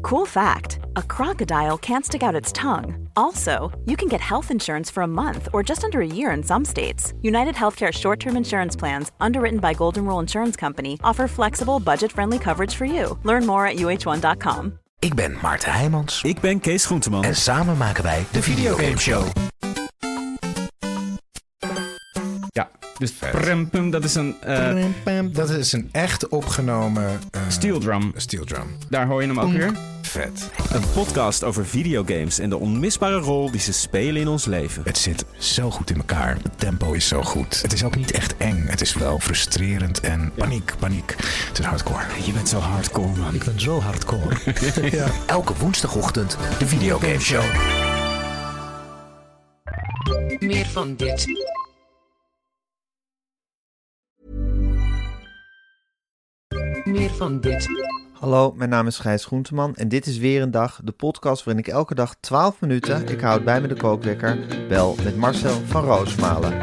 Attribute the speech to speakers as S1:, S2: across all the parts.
S1: Cool fact, a crocodile can't stick out its tongue. Also, you can get health insurance for a month or just under a year in some states. United Healthcare short-term insurance plans, underwritten by Golden Rule Insurance Company, offer flexible, budget-friendly coverage for you. Learn more at uh1.com.
S2: Ik ben Maarten Heijmans.
S3: Ik ben Kees Groenteman.
S2: En samen maken wij de Videogame Show.
S3: Ja, dus prem, dat is een...
S4: Dat is een echt opgenomen...
S3: Steel drum. Daar hoor je hem ook weer.
S4: Vet.
S3: Een podcast over videogames en de onmisbare rol die ze spelen in ons leven.
S4: Het zit zo goed in elkaar. Het tempo is zo goed. Het is ook niet echt eng. Het is wel frustrerend en paniek. Het is hardcore.
S3: Je bent zo hardcore, man.
S4: Ik ben zo hardcore. Ja.
S2: Elke woensdagochtend de Videogame Show.
S5: Meer van dit. Meer van dit.
S6: Hallo, mijn naam is Gijs Groenteman en dit is weer een dag, de podcast waarin ik elke dag 12 minuten, ik houd bij me de kookwekker, bel met Marcel van Roosmalen.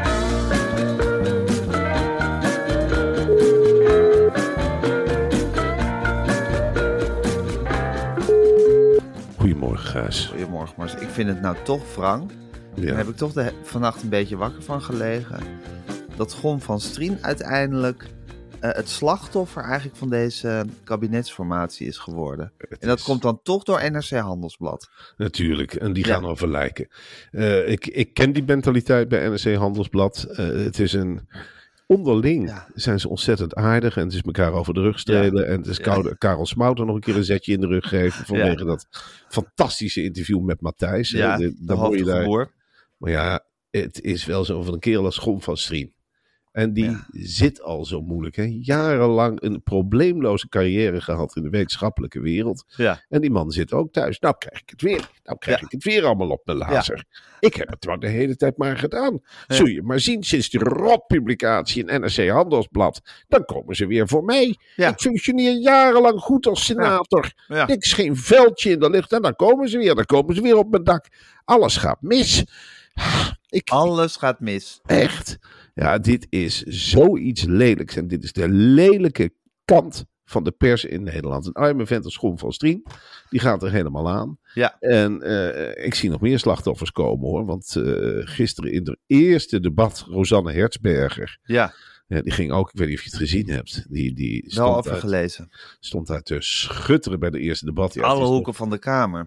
S7: Goedemorgen, Gijs.
S6: Goedemorgen Marcel, ik vind het nou toch wrang, daar heb ik toch vannacht een beetje wakker van gelegen, dat Gon van Strien uiteindelijk... het slachtoffer eigenlijk van deze kabinetsformatie is geworden. En dat komt dan toch door NRC Handelsblad.
S7: Natuurlijk, en die gaan over lijken. Ik ken die mentaliteit bij NRC Handelsblad. Het is een... Onderling zijn ze ontzettend aardig en het is elkaar over de rug strelen. En het is Karel Smouter nog een keer een zetje in de rug geven vanwege dat fantastische interview met Matthijs.
S6: Ja,
S7: dan
S6: hoor je daar.
S7: Maar ja, het is wel zo van een kerel als Gon van Strien. En die zit al zo moeilijk. Hè? Jarenlang een probleemloze carrière gehad in de wetenschappelijke wereld. Ja. En die man zit ook thuis. Nou krijg ik het weer. Ik het weer allemaal op mijn laser. Ja. Ik heb het wel de hele tijd maar gedaan. Ja. Zul je maar zien, sinds die rotpublicatie in NRC Handelsblad. Dan komen ze weer voor mij. Ja. Ik functioneer jarenlang goed als senator. Ja. Ik is geen veldje in de lucht. En dan komen ze weer. Dan komen ze weer op mijn dak. Alles gaat mis.
S6: Alles gaat mis.
S7: Echt. Ja, dit is zoiets lelijks. En dit is de lelijke kant van de pers in Nederland. Een arme vent als Gon van Strien, die gaat er helemaal aan. Ja. En ik zie nog meer slachtoffers komen hoor. Want gisteren in het eerste debat, Rosanne Hertzberger. Ja. Ja, die ging ook, ik weet niet of je het gezien hebt. Die
S6: wel over gelezen.
S7: Stond daar te schutteren bij de eerste debat. Ja,
S6: alle hoeken van de Kamer.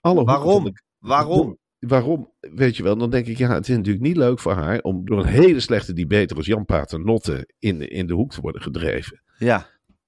S7: Waarom? Waarom? Weet je wel, dan denk ik, het is natuurlijk niet leuk voor haar om door een hele slechte debater als Jan Paternotte in de hoek te worden gedreven. Ja.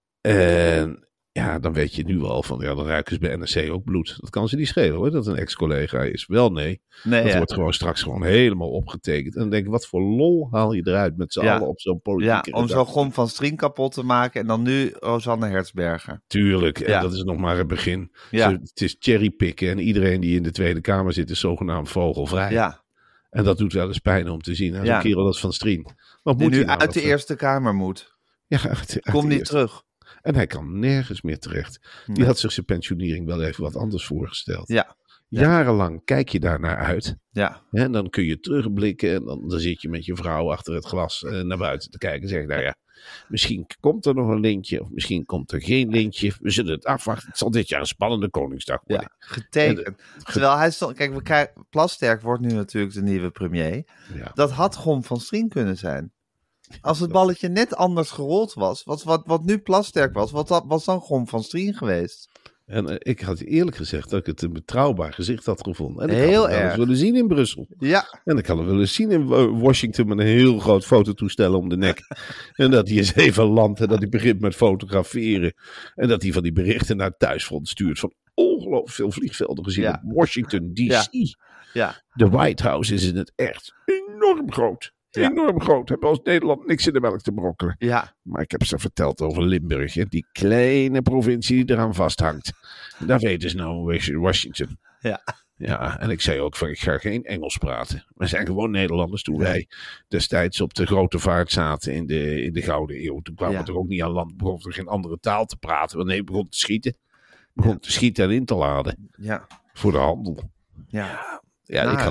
S7: En ja, dan weet je nu al van, dan ruiken ze bij NRC ook bloed. Dat kan ze niet schelen hoor, dat een ex-collega is. Wel nee. Dat wordt gewoon straks gewoon helemaal opgetekend. En dan denk ik, wat voor lol haal je eruit met z'n allen op zo'n politieke
S6: om zo'n Gon van Strien kapot te maken en dan nu Rosanne Hertzberger.
S7: Tuurlijk, en dat is nog maar het begin. Ja. Het is cherrypicken en iedereen die in de Tweede Kamer zit is zogenaamd vogelvrij. Ja. En dat doet wel eens pijn om te zien. Zo'n kerel als Van Strien. Wat
S6: die moet nu uit de Eerste Kamer moet.
S7: Ja,
S6: Kom niet terug.
S7: En hij kan nergens meer terecht. Die had zich zijn pensionering wel even wat anders voorgesteld. Ja. Jarenlang kijk je daar naar uit. Ja. En dan kun je terugblikken. En dan zit je met je vrouw achter het glas naar buiten te kijken. En zeg je, misschien komt er nog een lintje. Of misschien komt er geen lintje. We zullen het afwachten. Het zal dit jaar een spannende Koningsdag worden.
S6: Ja, getekend. Terwijl hij stond... Kijk, Plasterk wordt nu natuurlijk de nieuwe premier. Ja. Dat had Gon van Strien kunnen zijn. Als het balletje net anders gerold was, wat nu Plasterk was, wat was dan Gon van Strien geweest?
S7: En ik had eerlijk gezegd dat ik het een betrouwbaar gezicht had gevonden. En ik
S6: heel
S7: had het wel eens willen zien in Brussel.
S6: Ja.
S7: En ik had het willen zien in Washington met een heel groot fototoestel om de nek. En dat hij eens even landt en dat hij begint met fotograferen. En dat hij van die berichten naar het thuisfront stuurt van ongelooflijk veel vliegvelden gezien op Washington D.C. Ja. De White House is in het echt enorm groot. Ja. Enorm groot. Hebben als Nederland niks in de melk te brokkelen. Ja. Maar ik heb ze verteld over Limburg. Hè? Die kleine provincie die eraan vasthangt. Daar weten ze nou Washington. Ja. Ja, en ik zei ook van ik ga geen Engels praten. We zijn gewoon Nederlanders. Toen wij destijds op de grote vaart zaten in de Gouden Eeuw. Toen kwamen we toch ook niet aan land. Begon er geen andere taal te praten. Want nee, begon te schieten. Begon te schieten en in te laden. Ja. Voor de handel. Ja. Ja, ik had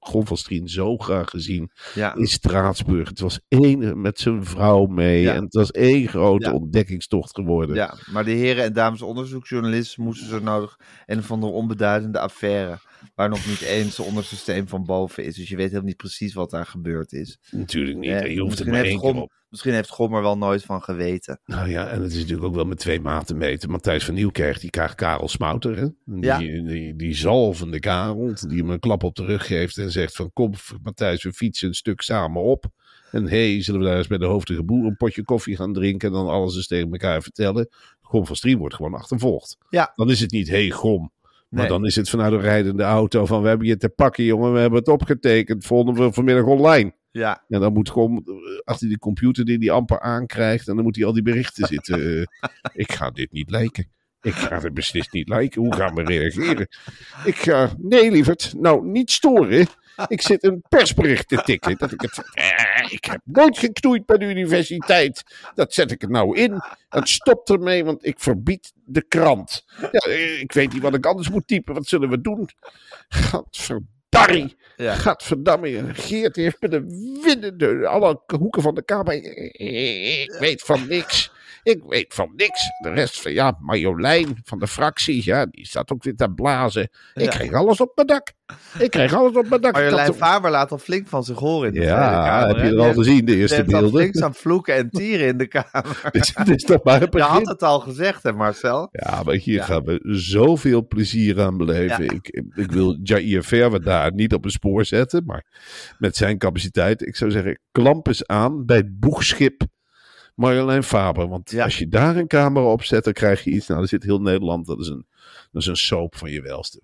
S7: Gon van Strien zo graag gezien
S6: Ja.
S7: in Straatsburg. Het was één met zijn vrouw mee.
S6: Ja.
S7: En het was één grote
S6: Ja.
S7: ontdekkingstocht geworden.
S6: Ja, maar de heren en dames onderzoeksjournalisten moesten zo nodig een van de onbeduidende affaire, waar nog niet eens de onderste steen van boven is. Dus je weet helemaal niet precies wat daar gebeurd is.
S7: Natuurlijk niet.
S6: Eh,
S7: Je hoeft er
S6: misschien
S7: maar
S6: heeft
S7: één keer
S6: Gon-
S7: op.
S6: Misschien heeft Gon er wel nooit van geweten.
S7: Nou ja, en het is natuurlijk ook wel met 2 maten meten. Matthijs van Nieuwkerk, die krijgt Karel Smouter. Hè?
S6: Ja.
S7: Die zalvende Karel, die hem een klap op de rug geeft en zegt van kom Matthijs, we fietsen een stuk samen op. En zullen we daar eens bij de hoofdige boer een potje koffie gaan drinken en dan alles eens tegen elkaar vertellen. Gon van Strien wordt gewoon achtervolgd.
S6: Ja.
S7: Dan is het niet, Gon. Maar
S6: Nee.
S7: dan is het vanuit een rijdende auto van we hebben je te pakken jongen, we hebben het opgetekend. Volgende we vanmiddag online.
S6: Ja,
S7: En dan moet gewoon achter die computer die amper aankrijgt. En dan moet hij al die berichten zitten. Ik ga dit niet liken. Ik ga het beslist niet liken. Hoe gaan we reageren? Nee lieverd, nou niet storen. Ik zit een persbericht te tikken. Ik heb nooit geknoeid bij de universiteit. Dat zet ik er nou in. En stop ermee, want ik verbied de krant. Ja, ik weet niet wat ik anders moet typen. Wat zullen we doen? Gadverdarrie.
S6: ja.
S7: Gadverdamme, Geert heeft met de winnende alle hoeken van de kamer. Ik weet van niks. De rest van, Marjolein van de fractie, die staat ook weer te blazen. Ik krijg alles op mijn dak.
S6: Marjolein Faber laat al flink van zich horen in de Tweede
S7: Ja,
S6: Kamer.
S7: heb je
S6: hè?
S7: er al gezien, de
S6: Die
S7: eerste
S6: heeft al
S7: beelden?
S6: flink aan vloeken en tieren in de Kamer.
S7: Dit is toch maar een
S6: Je had
S7: begin.
S6: het al gezegd, hè Marcel?
S7: Ja, maar hier gaan we zoveel plezier aan beleven.
S6: Ja.
S7: Ik wil Jair Verwer daar niet op een spoor zetten, maar met zijn capaciteit, ik zou zeggen, klamp eens aan bij het boegschip Marjolein Faber. Want
S6: Ja.
S7: als je daar een camera op zet, dan krijg je iets. Nou, er zit heel Nederland, dat is een soap van je welste.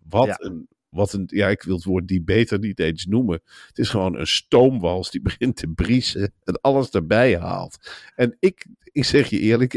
S7: Ik wil het woord die beter niet eens noemen. Het is gewoon een stoomwals die begint te briesen en alles erbij haalt. En ik zeg je eerlijk,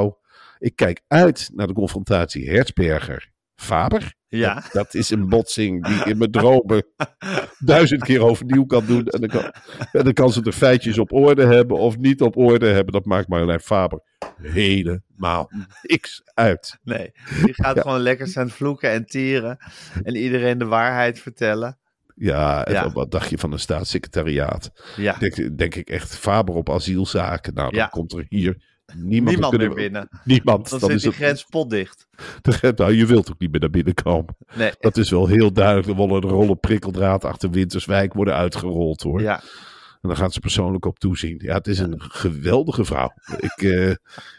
S7: ik kijk uit naar de confrontatie Hertzberger-Faber.
S6: Ja.
S7: Dat is een botsing die ik in mijn dromen 1000 keer overnieuw kan doen. En dan kan ze de feitjes op orde hebben of niet op orde hebben. Dat maakt Marjolein Faber helemaal niks uit.
S6: Nee, die gaat gewoon lekker staan vloeken en tieren. En iedereen de waarheid vertellen.
S7: Ja, en
S6: Ja.
S7: wat dacht je van een staatssecretariaat?
S6: Ja,
S7: Denk ik echt Faber op asielzaken. Nou, dan
S6: Ja.
S7: komt er hier niemand
S6: meer binnen.
S7: Niemand.
S6: Dan
S7: Dan
S6: zit
S7: is
S6: die
S7: het,
S6: grens potdicht.
S7: nou, je wilt ook niet meer naar binnen komen.
S6: Nee,
S7: Dat is wel heel duidelijk. Er worden rollen prikkeldraad achter Winterswijk worden uitgerold hoor.
S6: ja.
S7: En dan gaat ze persoonlijk op toezien. Ja, het is een geweldige vrouw. Je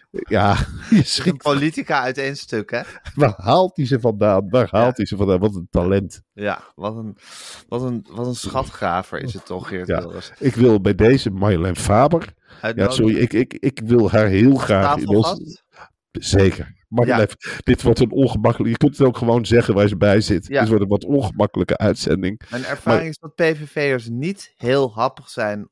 S6: Een
S7: schrikt.
S6: politica uit één stuk, hè?
S7: Waar haalt hij ze vandaan? Wat een talent.
S6: Ja, wat een schatgraver is het toch, Geert
S7: Ja.
S6: Wilders.
S7: Ik wil bij deze Marjolein Faber. Ja,
S6: Uitnodigen.
S7: sorry, ik wil haar heel graag in ons.
S6: Tafelgast?
S7: Zeker. Marjolein, dit wordt een ongemakkelijk. Je kunt het ook gewoon zeggen waar ze bij zit.
S6: Ja.
S7: Dit wordt een wat ongemakkelijke uitzending.
S6: Mijn ervaring is dat PVV'ers niet heel happig zijn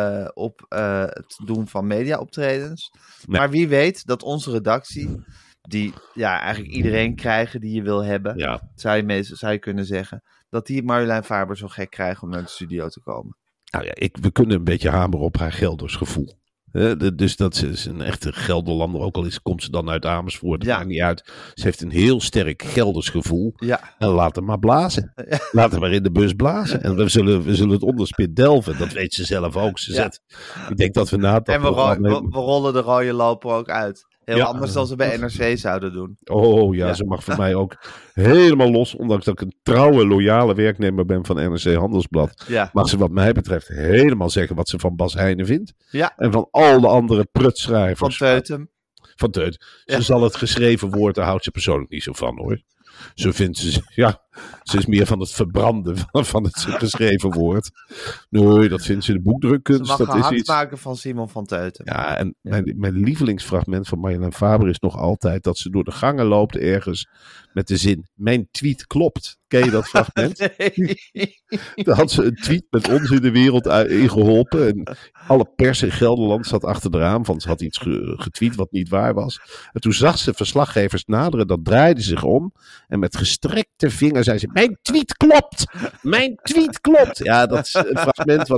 S6: op het doen van mediaoptredens.
S7: Nee.
S6: Maar wie weet dat onze redactie, die eigenlijk iedereen krijgen die je wil hebben,
S7: Ja.
S6: zou je kunnen zeggen, dat die Marjolein Faber zo gek krijgen om naar de studio te komen.
S7: Nou ja, we kunnen een beetje hameren op haar Geldersgevoel. Dus dat ze is een echte Gelderlander, ook al komt ze dan uit Amersfoort, dat
S6: Ja.
S7: maakt niet uit. Ze heeft een heel sterk Gelders gevoel.
S6: Ja,
S7: En laat hem maar blazen. Laat hem maar in de bus blazen. En we zullen het onderspit delven. Dat weet ze zelf ook. Ik denk dat we na het
S6: en we
S7: programma...
S6: rollen de rode loper ook uit. Heel
S7: Ja.
S6: anders dan ze bij NRC zouden doen.
S7: Oh ja,
S6: Ja.
S7: ze mag voor mij ook helemaal los. Ondanks dat ik een trouwe, loyale werknemer ben van NRC Handelsblad.
S6: Ja,
S7: Mag ze wat mij betreft helemaal zeggen wat ze van Bas Heijnen vindt.
S6: ja.
S7: En van al de andere
S6: Van
S7: prutschrijvers.
S6: Teutem.
S7: Van Teut. Ze
S6: Ja.
S7: zal het geschreven woord, daar houdt ze persoonlijk niet zo van hoor. Zo vindt ze, ze is meer van het verbranden van het geschreven woord. Nee, dat vindt ze de
S6: Ze
S7: boekdrukkunst.
S6: mag
S7: Dat is
S6: gehakt
S7: iets.
S6: maken van Simon van Teutem.
S7: Ja, en mijn lievelingsfragment van Marjolein Faber is nog altijd dat ze door de gangen loopt ergens met de zin, mijn tweet klopt. Ken je dat fragment?
S6: Nee.
S7: Daar had ze een tweet met ons in de wereld ingeholpen. En alle pers in Gelderland zat achter de raam, want ze had iets getweet wat niet waar was. En toen zag ze verslaggevers naderen, dat draaide zich om. En met gestrekte vinger zei ze, mijn tweet klopt! Mijn tweet klopt! Ja, dat is een fragment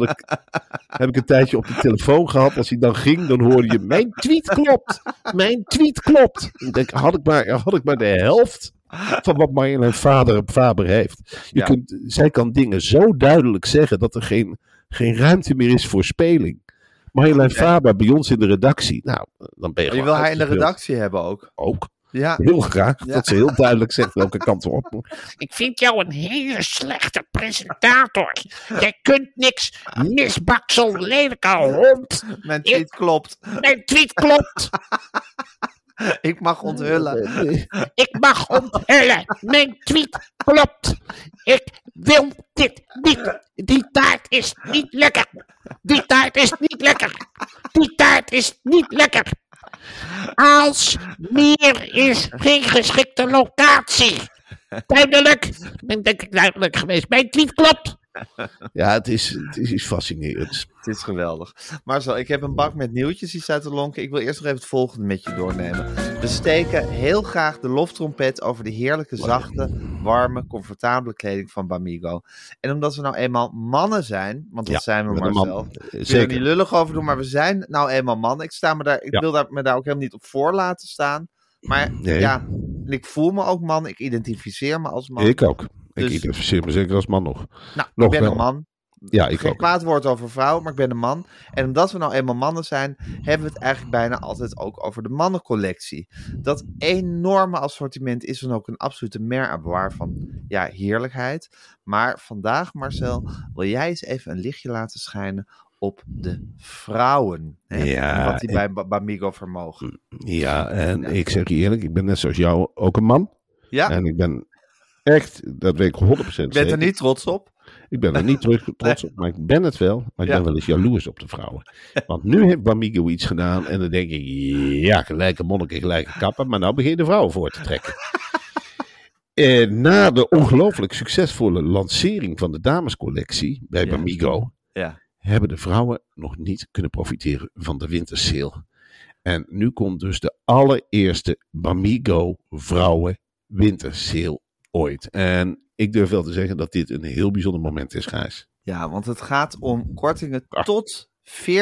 S7: heb ik een tijdje op de telefoon gehad. Als hij dan ging, dan hoorde je, mijn tweet klopt! Mijn tweet klopt! Ik denk, had ik maar de helft van wat Marjolein Faber heeft.
S6: Ja.
S7: Zij kan dingen zo duidelijk zeggen dat er geen ruimte meer is voor speling. Marjolein Faber bij ons in de redactie. Nou, dan ben je
S6: Je
S7: gewoon
S6: wil haar in de
S7: uitgespeeld.
S6: redactie hebben ook.
S7: Ook.
S6: Ja.
S7: Heel graag. Dat ze heel duidelijk zegt welke kant we op moeten.
S8: Ik vind jou een hele slechte presentator. Jij kunt niks, misbaksel, lelijke hond.
S6: Mijn tweet klopt.
S8: Mijn tweet klopt.
S6: Ik mag onthullen.
S8: Ik mag onthullen. Mijn tweet klopt. Ik wil dit niet. Die taart is niet lekker. Die taart is niet lekker. Die taart is niet lekker. Aalsmeer is geen geschikte locatie. Duidelijk. Ik ben denk ik duidelijk geweest. Mijn tweet klopt.
S7: Ja, het is iets fascinerends.
S6: Het is geweldig. Marcel, ik heb een bak met nieuwtjes die staat te lonken. Ik wil eerst nog even het volgende met je doornemen. We steken heel graag de loftrompet over de heerlijke, zachte, warme, comfortabele kleding van Bamigo. En omdat we nou eenmaal mannen zijn, want dat zijn we, Marcel. Ik wil er niet lullig over doen, maar we zijn nou eenmaal mannen. Ik wil me daar ook helemaal niet op voor laten staan. Maar ja, en ik voel me ook man. Ik identificeer me als man.
S7: Ik ook.
S6: Dus-
S7: Ik identificeer me zeker als man nog.
S6: Nou,
S7: Nog
S6: ik ben
S7: wel.
S6: een man.
S7: Ja, ik
S6: Geen
S7: ook.
S6: kwaad woord over vrouwen, maar ik ben een man. En omdat we nou eenmaal mannen zijn, hebben we het eigenlijk bijna altijd ook over de mannencollectie. Dat enorme assortiment is dan ook een absolute mer à boire van heerlijkheid. Maar vandaag, Marcel, wil jij eens even een lichtje laten schijnen op de vrouwen. Hè?
S7: Ja,
S6: En wat die bij Bamigo vermogen.
S7: Ja, en ik zeg je eerlijk, ik ben net zoals jou ook een man.
S6: Ja,
S7: En ik ben echt, dat weet ik 100%
S6: je bent
S7: zeker.
S6: er niet trots op?
S7: Ik ben er niet trots op, maar ik ben het wel. Maar ik
S6: Ja.
S7: ben wel eens jaloers op de vrouwen. Want nu heeft Bamigo iets gedaan en dan denk ik, ja, gelijke monniken, gelijke kappen. Maar nou begin je de vrouwen voor te trekken. Na de ongelooflijk succesvolle lancering van de damescollectie bij
S6: Ja.
S7: Bamigo,
S6: Ja.
S7: hebben de vrouwen nog niet kunnen profiteren van de wintersale. En nu komt dus de allereerste Bamigo vrouwen wintersale ooit. En ik durf wel te zeggen dat dit een heel bijzonder moment is, Gijs.
S6: Ja, want het gaat om kortingen tot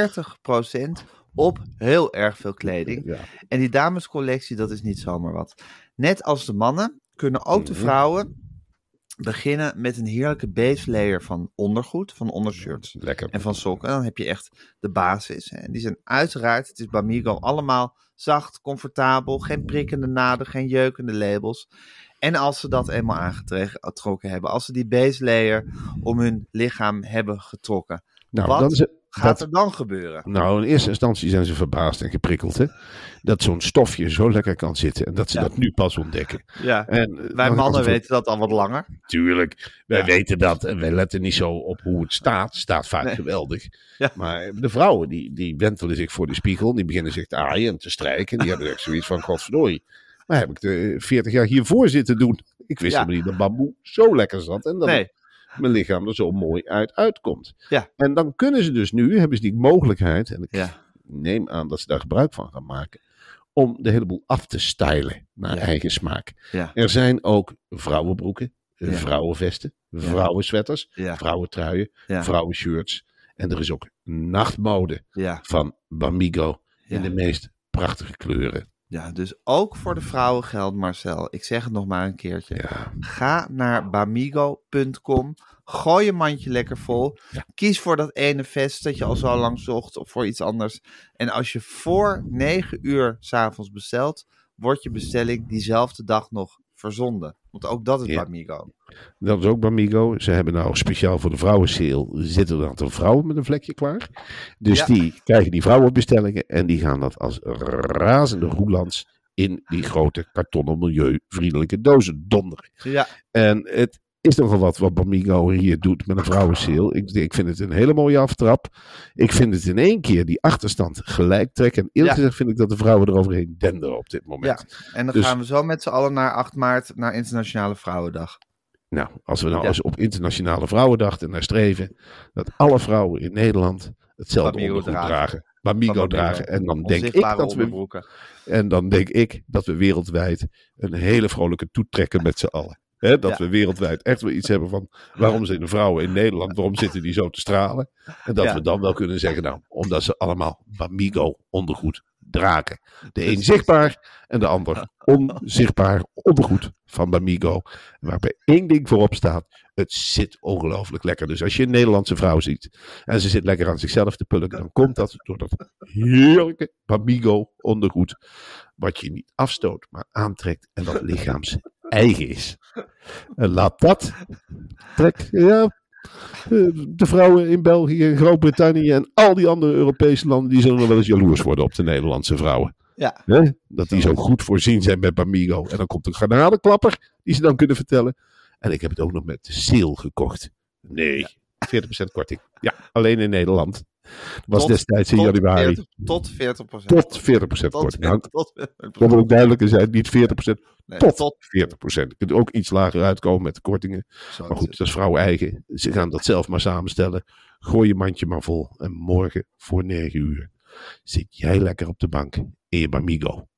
S6: 40% op heel erg veel kleding.
S7: Ja.
S6: En die damescollectie, dat is niet zomaar wat. Net als de mannen kunnen ook de vrouwen beginnen met een heerlijke base layer van ondergoed, van ondershirts
S7: Lekker.
S6: en van sokken. En dan heb je echt de basis. En die zijn uiteraard, het is Bamigo, allemaal zacht, comfortabel, geen prikkende naden, geen jeukende labels. En als ze dat eenmaal aangetrokken hebben, als ze die base layer om hun lichaam hebben getrokken,
S7: Nou,
S6: wat
S7: dan is het-
S6: gaat er dan gebeuren?
S7: Nou, in eerste instantie zijn ze verbaasd en geprikkeld, hè. Dat zo'n stofje zo lekker kan zitten en dat ze dat nu pas ontdekken.
S6: Ja,
S7: En,
S6: wij
S7: dan-
S6: mannen
S7: als het-
S6: weten dat al wat langer.
S7: Tuurlijk, wij weten dat en wij letten niet zo op hoe het staat. Het staat vaak geweldig.
S6: Ja.
S7: Maar de vrouwen, die wentelen zich voor de spiegel, die beginnen zich te aaien en te strijken. Die hebben echt zoiets van, godverdorie. Maar heb ik de 40 jaar hiervoor zitten doen. Ik wist helemaal niet dat bamboe zo lekker zat en dat
S6: Nee.
S7: mijn lichaam er zo mooi uitkomt.
S6: Ja.
S7: En dan kunnen ze dus nu, hebben ze die mogelijkheid, en ik
S6: Ja.
S7: neem aan dat ze daar gebruik van gaan maken, om de hele boel af te stylen naar eigen smaak.
S6: Ja.
S7: Er zijn ook vrouwenbroeken,
S6: Ja.
S7: vrouwenvesten, vrouwensweaters,
S6: Ja.
S7: vrouwentruien,
S6: Ja.
S7: vrouwenshirts. En er is ook nachtmode
S6: Ja.
S7: van Bamigo in
S6: Ja.
S7: de meest prachtige kleuren.
S6: Ja, dus ook voor de vrouwen geldt, Marcel. Ik zeg het nog maar een keertje.
S7: Ja.
S6: Ga naar bamigo.com. Gooi je mandje lekker vol.
S7: Ja.
S6: Kies voor dat ene vest dat je al zo lang zocht of voor iets anders. En als je voor 9 uur 's avonds bestelt, wordt je bestelling diezelfde dag nog verzonden. Want ook dat is
S7: Ja.
S6: Bamigo.
S7: Dat is ook Bamigo. Ze hebben nou speciaal voor de vrouwensale zitten er een aantal vrouwen met een vlekje klaar. Dus
S6: Ja.
S7: die krijgen die vrouwenbestellingen en die gaan dat als razende roelans in die grote kartonnen milieuvriendelijke dozen donderen.
S6: Ja,
S7: En het is nogal wat Bamigo hier doet met een vrouwensale. Ik vind het een hele mooie aftrap. Ik vind het in één keer die achterstand gelijk trekken. En eerlijk
S6: Ja.
S7: gezegd vind ik dat de vrouwen eroverheen denderen op dit moment.
S6: en dan
S7: Dus-
S6: gaan we zo met z'n allen naar 8 maart, naar Internationale Vrouwendag.
S7: Nou, als we nou
S6: Ja.
S7: als op Internationale Vrouwendag ernaar streven, dat alle vrouwen in Nederland hetzelfde
S6: Bamigo
S7: ondergoed
S6: dragen.
S7: dragen. Bamigo
S6: Bamigo.
S7: dragen. En dan denk ik
S6: Onzichtbare
S7: dat we...
S6: onderbroeken.
S7: En dan denk ik dat we wereldwijd een hele vrolijke toetrekken met z'n allen. Hè, dat
S6: Ja.
S7: we wereldwijd echt wel iets hebben van waarom zijn de vrouwen in Nederland, waarom zitten die zo te stralen? En dat
S6: Ja.
S7: we dan wel kunnen zeggen, nou, omdat ze allemaal Bamigo ondergoed dragen. De een zichtbaar en de ander onzichtbaar ondergoed van Bamigo. Waarbij één ding voorop staat. Het zit ongelooflijk lekker. Dus als je een Nederlandse vrouw ziet en ze zit lekker aan zichzelf te pulken, dan komt dat door dat heerlijke Bamigo ondergoed. Wat je niet afstoot, maar aantrekt en dat lichaams eigen is. En laat dat de vrouwen in België, Groot-Brittannië en al die andere Europese landen, die zullen nog wel eens jaloers worden op de Nederlandse vrouwen.
S6: Ja.
S7: Dat die zo goed voorzien zijn met Bamigo. En dan komt een granalenklapper die ze dan kunnen vertellen. En ik heb het ook nog met de sale gekocht. Nee, 40% korting. Ja, alleen in Nederland. Dat was destijds in januari.
S6: Tot 40%.
S7: Tot 40% korting. Nou, dat wil ook duidelijker zijn. Niet 40%, tot 40%. Je kunt ook iets lager uitkomen met de kortingen. Maar goed, dat is vrouw eigen. Ze gaan dat zelf maar samenstellen. Gooi je mandje maar vol. En morgen voor 9 uur zit jij lekker op de bank in je Bamigo.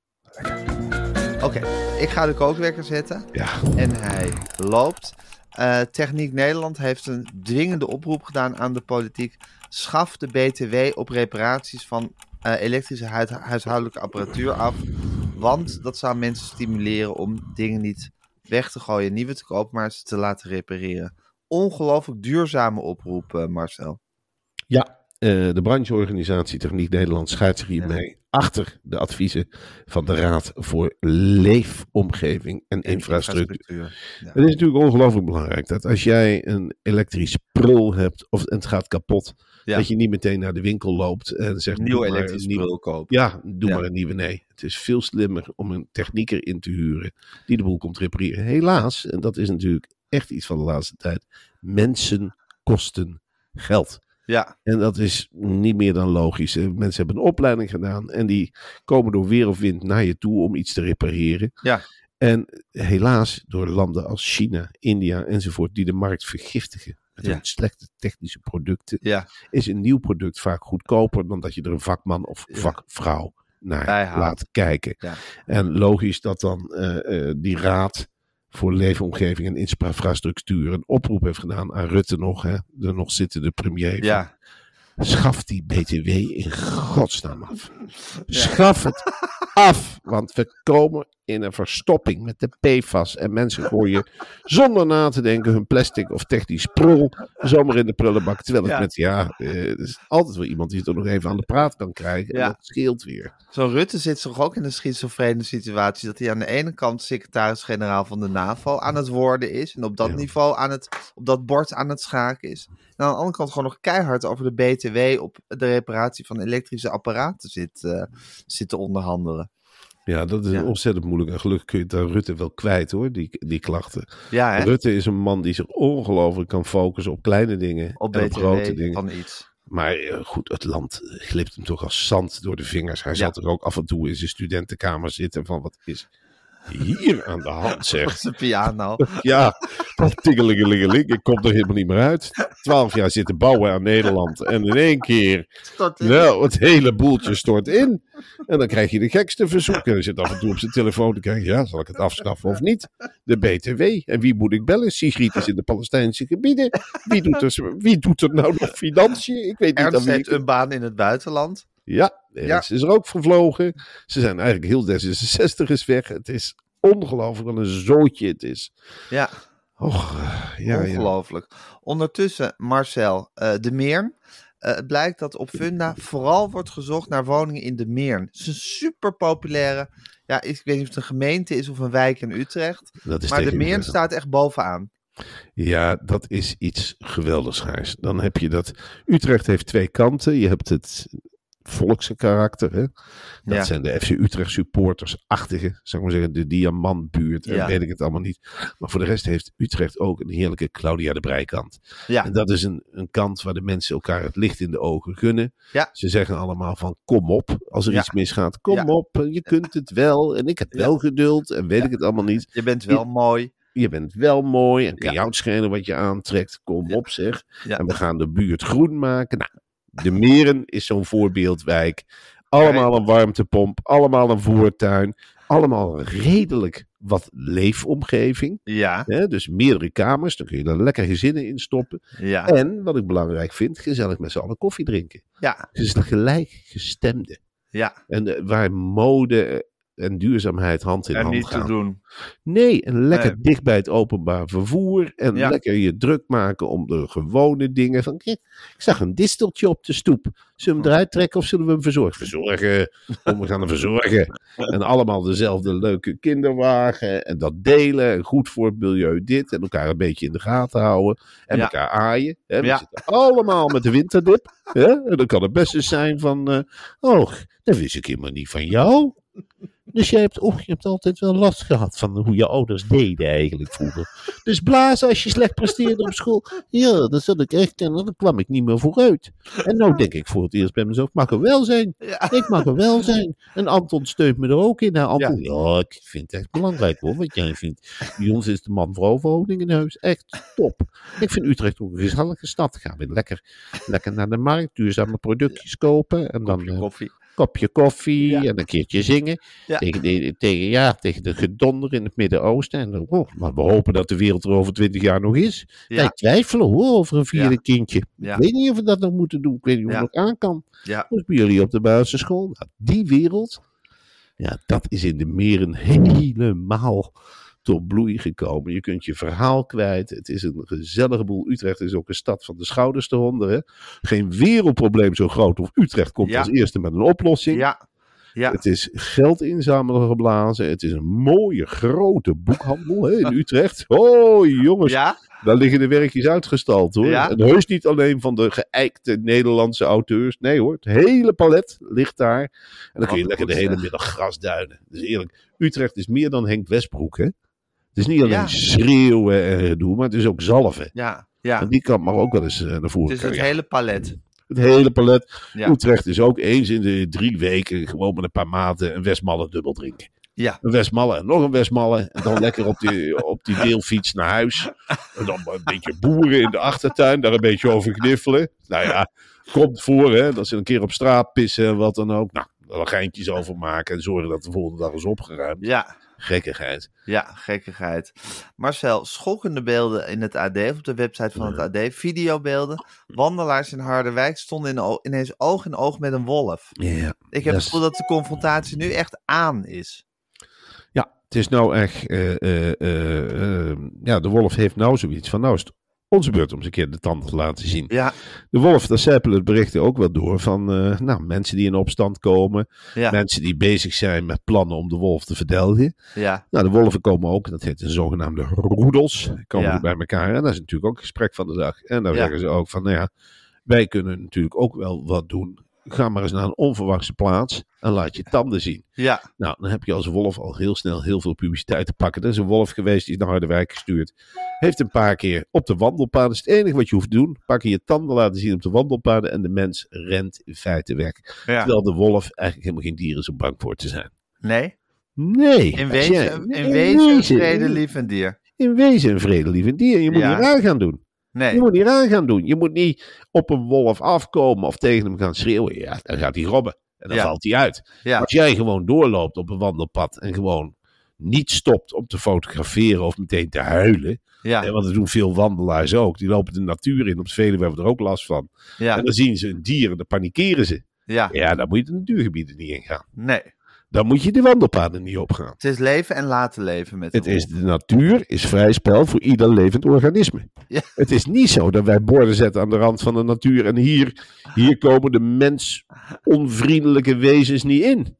S6: Oké, ik ga de kookwekker zetten.
S7: Ja.
S6: En hij loopt. Techniek Nederland heeft een dwingende oproep gedaan aan de politiek. Schaf de BTW op reparaties van elektrische huishoudelijke apparatuur af. Want dat zou mensen stimuleren om dingen niet weg te gooien, nieuwe te kopen, maar ze te laten repareren. Ongelooflijk duurzame oproep, Marcel.
S7: Ja, de brancheorganisatie Techniek Nederland schuilt zich hiermee achter de adviezen van de Raad voor Leefomgeving en Infrastructuur. Ja. Het is natuurlijk ongelooflijk belangrijk dat als jij een elektrisch prul hebt of het gaat kapot, dat je niet meteen naar de winkel loopt en zegt:
S6: nieuw elektrisch prul kopen.
S7: Ja, doe maar een nieuwe. Nee, het is veel slimmer om een technieker in te huren die de boel komt repareren. Helaas, en dat is natuurlijk echt iets van de laatste tijd, mensen kosten geld.
S6: Ja.
S7: En dat is niet meer dan logisch. Mensen hebben een opleiding gedaan en die komen door weer of wind naar je toe om iets te repareren.
S6: Ja.
S7: En helaas door landen als China, India enzovoort die de markt vergiftigen met hun slechte technische producten, is een nieuw product vaak goedkoper dan dat je er een vakman of vakvrouw naar laat kijken. Ja. En logisch dat dan die raad voor leefomgeving en infrastructuur een oproep heeft gedaan aan Rutte nog, de nog zittende premier.
S6: Ja.
S7: Schaf die BTW in godsnaam af. Schaf het af, want we komen in een verstopping met de PFAS. En mensen gooien zonder na te denken hun plastic of technisch prul zomaar in de prullenbak. Terwijl het er is altijd wel iemand die het er nog even aan de praat kan krijgen. En dat scheelt weer.
S6: Zo'n Rutte zit toch ook in een schizofrene situatie dat hij aan de ene kant secretaris-generaal van de NAVO aan het worden is. En op dat niveau op dat bord aan het schaken is. En aan de andere kant gewoon nog keihard over de BTW op de reparatie van elektrische apparaten zit te onderhandelen.
S7: Ja, dat is ontzettend moeilijk. En gelukkig kun je het aan Rutte wel kwijt hoor, die klachten.
S6: Ja, hè?
S7: Rutte is een man die zich ongelooflijk kan focussen op kleine dingen
S6: op
S7: en
S6: BTW
S7: op grote dingen.
S6: Van iets.
S7: Maar goed, het land glipt hem toch als zand door de vingers. Hij zat er ook af en toe in zijn studentenkamer zitten van wat is hier aan de hand, zeg.
S6: Zijn piano.
S7: Ja, dat tingelingelingeling. Ik kom er helemaal niet meer uit. 12 jaar zitten bouwen aan Nederland. En in één keer, het hele boeltje stort in. En dan krijg je de gekste verzoeken. Hij zit af en toe op zijn telefoon te kijken. Zal ik het afschaffen of niet? De BTW. En wie moet ik bellen? Sigrid is in de Palestijnse gebieden. Wie doet er nou nog financiën? Ik weet niet.
S6: Ernst heeft een baan in het buitenland.
S7: Ja, Ernst is er ook vervlogen. Ze zijn eigenlijk heel D66 is weg. Het is ongelooflijk wat een zootje het is.
S6: Ja. Ongelooflijk. Ondertussen, Marcel, de Meern. Het blijkt dat op Funda vooral wordt gezocht naar woningen in de Meern. Het is een super populaire, ik weet niet of het een gemeente is of een wijk in Utrecht. Maar de Meern staat echt bovenaan.
S7: Ja, dat is iets geweldigs, Gijs. Dan heb je dat. Utrecht heeft twee kanten. Je hebt het volkse karakter. Hè? Dat zijn de FC Utrecht supporters-achtige, zou ik maar zeggen, de Diamantbuurt. En weet ik het allemaal niet. Maar voor de rest heeft Utrecht ook een heerlijke Claudia de Breij kant. Ja. En dat is een kant waar de mensen elkaar het licht in de ogen gunnen. Ja. Ze zeggen allemaal van kom op, als er iets misgaat. Kom op, je kunt het wel. En ik heb wel geduld en weet ik het allemaal niet.
S6: Je bent wel mooi.
S7: Je bent wel mooi en kan jou het schelen wat je aantrekt. Kom op zeg. Ja. En we gaan de buurt groen maken. Nou, de Meren is zo'n voorbeeldwijk. Allemaal een warmtepomp. Allemaal een voortuin. Allemaal redelijk wat leefomgeving. Ja. Dus meerdere kamers. Dan kun je er lekker gezinnen in stoppen. Ja. En wat ik belangrijk vind, gezellig met z'n allen koffie drinken. Ja. Dus gelijkgestemden.
S6: Ja,
S7: En waar mode en duurzaamheid hand in
S6: en
S7: hand
S6: niet
S7: gaan.
S6: te doen.
S7: Nee, en lekker
S6: Nee.
S7: dicht bij het openbaar vervoer. En
S6: Ja.
S7: lekker je druk maken om de gewone dingen. Van, kijk, ik zag een disteltje op de stoep. Zullen we hem eruit trekken of zullen we hem verzorgen? Verzorgen. We gaan hem verzorgen. En allemaal dezelfde leuke kinderwagen. En dat delen. En goed voor het milieu dit. En elkaar een beetje in de gaten houden. En
S6: Ja.
S7: elkaar aaien. Hè? We
S6: Ja.
S7: zitten allemaal met de winterdip. Hè? En dan kan het best eens zijn van... dat wist ik helemaal niet van jou. Dus je hebt altijd wel last gehad van hoe je ouders deden eigenlijk vroeger. Dus blazen als je slecht presteerde op school. Ja, dat zat ik echt en dan kwam ik niet meer vooruit. En nou denk ik voor het eerst bij mezelf, mag er wel zijn.
S6: Ja.
S7: Ik mag er wel zijn. En Anton steunt me er ook in. Anton, ja, ik vind het echt belangrijk hoor, wat jij vindt. Bij ons is de man-vrouw verhouding in huis echt top. Ik vind Utrecht ook een gezellige stad. Gaan we lekker naar de markt, duurzame productjes kopen. En dan
S6: Koffie.
S7: kopje koffie
S6: Ja.
S7: en een keertje zingen.
S6: Ja.
S7: Tegen de gedonder in het Midden-Oosten. En, maar we hopen dat de wereld er over 20 jaar nog is.
S6: Ja.
S7: Wij twijfelen hoor, over een vierde kindje.
S6: Ja.
S7: Ik weet niet of we dat nog moeten doen. Ik weet niet of
S6: Ja.
S7: het nog aan kan.
S6: Ja.
S7: Dus bij jullie op de basisschool. Nou, die wereld, ja, dat is in de meren helemaal tot bloei gekomen. Je kunt je verhaal kwijt. Het is een gezellige boel. Utrecht is ook een stad van de schouders te honderen. Geen wereldprobleem zo groot of Utrecht komt
S6: Ja.
S7: als eerste met een oplossing.
S6: Ja. Ja.
S7: Het is geld inzamelen geblazen. Het is een mooie grote boekhandel hè, in Utrecht. Oh jongens,
S6: Ja.
S7: daar liggen de werkjes uitgestald hoor.
S6: Ja.
S7: En heus niet alleen van de geëikte Nederlandse auteurs. Nee hoor, het hele palet ligt daar. En dan kun je
S6: Wat
S7: lekker de
S6: goed,
S7: hele
S6: zeg.
S7: middag grasduinen. Dus eerlijk, Utrecht is meer dan Henk Westbroek hè. Het is niet alleen
S6: Ja.
S7: schreeuwen en gedoe, maar het is ook zalven.
S6: Ja. Ja.
S7: En die kan maar ook wel eens naar voren
S6: Het is het
S7: komen.
S6: hele palet.
S7: Het hele palet.
S6: Ja.
S7: Utrecht is ook eens in de 3 weken gewoon met een paar maten een Westmalle dubbel drinken.
S6: Ja.
S7: Een Westmalle en nog een Westmalle. En dan lekker op die deelfiets naar huis. En dan een beetje boeren in de achtertuin. Daar een beetje over kniffelen. Nou ja, komt voor hè. Dat ze een keer op straat pissen en wat dan ook. Nou, er geintjes over maken. En zorgen dat de volgende dag is opgeruimd.
S6: Ja.
S7: Gekkigheid.
S6: Ja, gekkigheid. Marcel, schokkende beelden in het AD, op de website van het AD. Videobeelden. Wandelaars in Harderwijk stonden ineens oog in oog met een wolf.
S7: Ja.
S6: Ik heb het gevoel dat de confrontatie nu echt aan is.
S7: Ja, het is nou echt... ja, de wolf heeft nou zoiets van... Nou is het onze beurt om eens een keer de tanden te laten zien.
S6: Ja,
S7: De wolf, daar zijpelen het berichten ook wel door van mensen die in opstand komen.
S6: ja,
S7: Mensen die bezig zijn met plannen om de wolf te verdelgen.
S6: ja,
S7: Nou, de wolven komen ook, dat heet de zogenaamde roedels, komen
S6: Ja.
S7: die bij elkaar. En dat is natuurlijk ook een gesprek van de dag. En dan
S6: Ja.
S7: zeggen ze ook van, nou ja, wij kunnen natuurlijk ook wel wat doen. Ga maar eens naar een onverwachte plaats en laat je tanden zien.
S6: ja,
S7: Nou, dan heb je als wolf al heel snel heel veel publiciteit te pakken. Er is een wolf geweest, die is naar Harderwijk gestuurd. Heeft een paar keer op de wandelpaden. Dat is het enige wat je hoeft te doen. Pakken je tanden laten zien op de wandelpaden en de mens rent in feite weg.
S6: ja.
S7: Terwijl de wolf eigenlijk helemaal geen dier is om bang voor te zijn.
S6: Nee,
S7: Nee.
S6: in
S7: als jij-
S6: wezen een vredelievend dier.
S7: In wezen een vredelievend dier. Je moet
S6: Ja.
S7: niet raar gaan doen.
S6: Nee,
S7: Je moet niet raar gaan doen. Je moet niet op een wolf afkomen of tegen hem gaan schreeuwen. Ja, dan gaat hij robben. En dan
S6: Ja.
S7: valt hij uit.
S6: ja,
S7: Als jij gewoon doorloopt op een wandelpad en gewoon niet stopt om te fotograferen of meteen te huilen.
S6: ja,
S7: Want dat doen veel wandelaars ook. Die lopen de natuur in. Op de Veluwe hebben we er ook last van. En
S6: ja,
S7: dan zien ze een dier en dan panikeren ze.
S6: ja,
S7: Ja, dan moet je de natuurgebieden niet ingaan.
S6: nee.
S7: Dan moet je de wandelpaden niet opgaan.
S6: Het is leven en laten leven met
S7: Het
S6: de
S7: is,
S6: wolf.
S7: de natuur is vrij spel voor ieder levend organisme.
S6: Ja.
S7: Het is niet zo dat wij borden zetten aan de rand van de natuur en hier komen de mens onvriendelijke wezens niet in.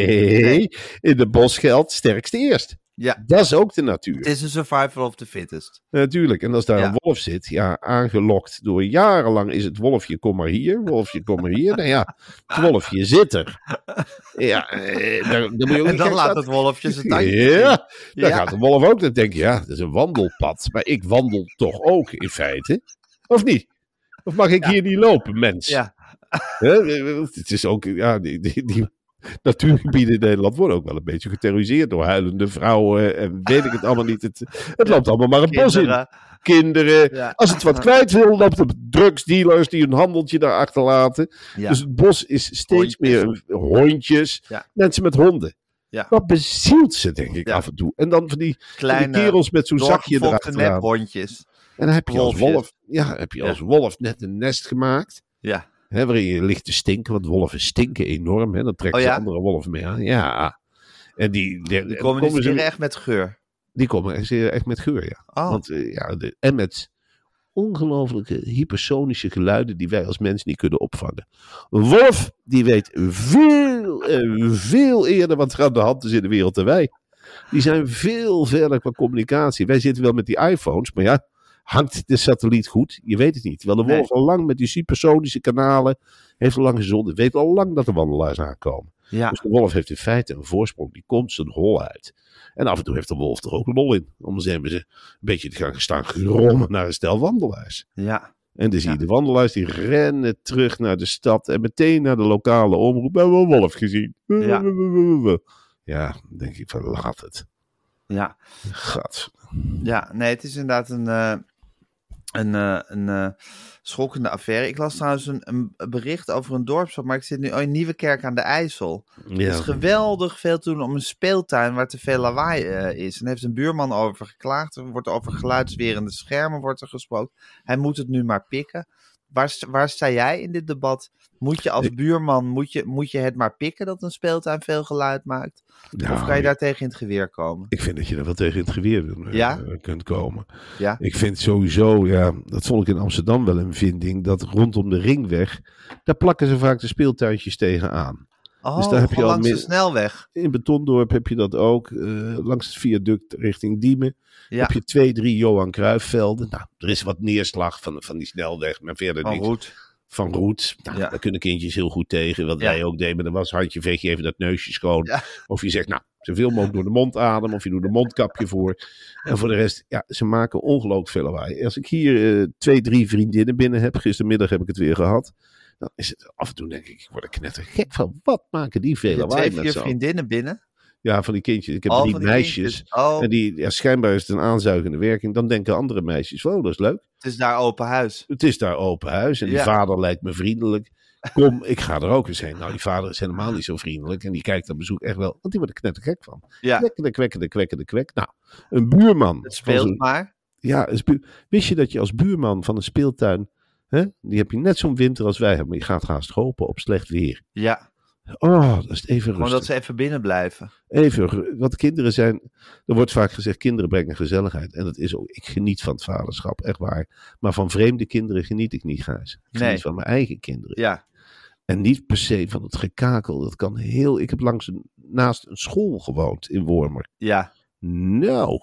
S7: Nee, in de bos geldt sterkste eerst.
S6: Ja,
S7: Dat is ook de natuur.
S6: het is een survival of the fittest.
S7: Natuurlijk. En als daar
S6: Ja.
S7: een wolf zit, ja, aangelokt door jarenlang is het wolfje, kom maar hier, wolfje, kom maar hier. Nou ja, het wolfje zit er. Ja, dan moet je ook
S6: En
S7: niet
S6: dan
S7: gek
S6: laat
S7: laten-
S6: het wolfje zijn tandje
S7: Ja, dan
S6: Ja.
S7: gaat de wolf ook. Dan denk je, ja, dat is een wandelpad. Maar ik wandel toch ook in feite. Of niet? Of mag ik hier niet lopen, mens?
S6: Ja,
S7: Hè? Het is ook, ja, die natuurgebieden in Nederland worden ook wel een beetje geterroriseerd door huilende vrouwen en weet ik het allemaal niet. Het loopt allemaal maar een bos in.
S6: kinderen.
S7: Kinderen.
S6: Ja.
S7: Als het wat kwijt wil, loopt het drugsdealers die een handeltje daar achterlaten.
S6: Ja.
S7: Dus het bos is steeds
S6: Hondjes.
S7: meer hondjes,
S6: Ja.
S7: mensen met honden.
S6: Ja.
S7: Wat bezielt ze, denk ik,
S6: Ja.
S7: af en toe. En dan van die
S6: Kleine,
S7: kerels met zo'n zakje
S6: doorgefokte
S7: erachteraan.
S6: nephondjes.
S7: En dan heb je als
S6: wolfjes.
S7: wolf, ja, heb je als wolf net een nest gemaakt.
S6: Ja,
S7: Hè, waarin je ligt te stinken, want wolven stinken enorm. Hè, dan trekken ze andere wolven mee aan. Ja. En
S6: Die communiceren echt met geur.
S7: Die komen echt met geur, ja.
S6: Oh.
S7: Want, en met ongelooflijke hypersonische geluiden die wij als mens niet kunnen opvangen. Een wolf, die weet veel eerder wat er aan de hand is in de wereld dan wij. Die zijn veel verder qua communicatie. Wij zitten wel met die iPhones, maar ja, hangt de satelliet goed? Je weet het niet. Terwijl de wolf al lang met die supersonische kanalen heeft al lang gezonden. Weet al lang dat er wandelaars aankomen.
S6: Ja.
S7: Dus de wolf heeft in feite een voorsprong. Die komt zijn hol uit. En af en toe heeft de wolf er ook een lol in. Om ze een beetje te gaan staan grommen naar een stel wandelaars.
S6: Ja.
S7: En dan zie je de wandelaars die rennen terug naar de stad. En meteen naar de lokale omroep. We hebben een wolf gezien.
S6: Ja.
S7: Ja, dan denk ik van laat het.
S6: Ja.
S7: Gat.
S6: Ja, nee, het is inderdaad een schokkende affaire. Ik las trouwens een bericht over een dorpsstad, maar ik zit nu in Nieuwekerk aan de IJssel.
S7: Ja.
S6: Er is geweldig veel te doen om een speeltuin waar te veel lawaai is. En daar heeft een buurman over geklaagd. Er wordt over geluidswerende schermen wordt er gesproken. Hij moet het nu maar pikken. Waar sta jij in dit debat? Moet je als buurman, moet je het maar pikken dat een speeltuin veel geluid maakt?
S7: Nou,
S6: of kan je daar tegen in het geweer komen?
S7: Ik vind dat je daar wel tegen in het geweer kunt komen.
S6: Ja?
S7: Ik vind sowieso, dat vond ik in Amsterdam wel een vinding, dat rondom de Ringweg, daar plakken ze vaak de speeltuintjes tegenaan.
S6: Oh,
S7: dus daar heb je al
S6: langs de snelweg.
S7: In Betondorp heb je dat ook. Langs het viaduct richting Diemen heb je 2, 3 Johan Cruijffvelden. Nou, er is wat neerslag van die snelweg, maar verder niks. Van roet. Nou, daar kunnen kindjes heel goed tegen. Wat wij ook deden. Dan was handje, veeg je even dat neusje schoon. Ja. Of je zegt, nou, zoveel mogelijk door de mond ademen. Of je doet een mondkapje voor. En voor de rest, ze maken ongelooflijk veel lawaai. Als ik hier 2, 3 vriendinnen binnen heb. Gistermiddag heb ik het weer gehad. Dan is het af en toe denk ik word er knettergek van. Wat maken die veel lawaai met
S6: 2, 4 vriendinnen binnen?
S7: Ja, van die kindjes. Ik heb 3 meisjes. En die, schijnbaar is het een aanzuigende werking. Dan denken andere meisjes, wow, dat is leuk.
S6: Het is daar open huis.
S7: Het is daar open huis. En die vader lijkt me vriendelijk. Kom, ik ga er ook eens heen. Nou, die vader is helemaal niet zo vriendelijk. En die kijkt op bezoek echt wel. Want die wordt er knettergek van. Ja. Kwek. Nou, een buurman.
S6: Het speelt maar.
S7: Ja, wist je dat je als buurman van een speeltuin... die heb je net zo'n winter als wij hebben. Maar je gaat haast hopen op slecht weer.
S6: Ja.
S7: Oh, dat is even rustig.
S6: Gewoon dat ze even binnen blijven.
S7: Want kinderen zijn... Er wordt vaak gezegd, kinderen brengen gezelligheid. En dat is ook... Ik geniet van het vaderschap, echt waar. Maar van vreemde kinderen geniet ik niet, Gijs. Ik geniet van mijn eigen kinderen.
S6: Ja. En
S7: niet per se van het gekakel. Dat kan heel... Ik heb naast een school gewoond in Wormer.
S6: Ja.
S7: Nou...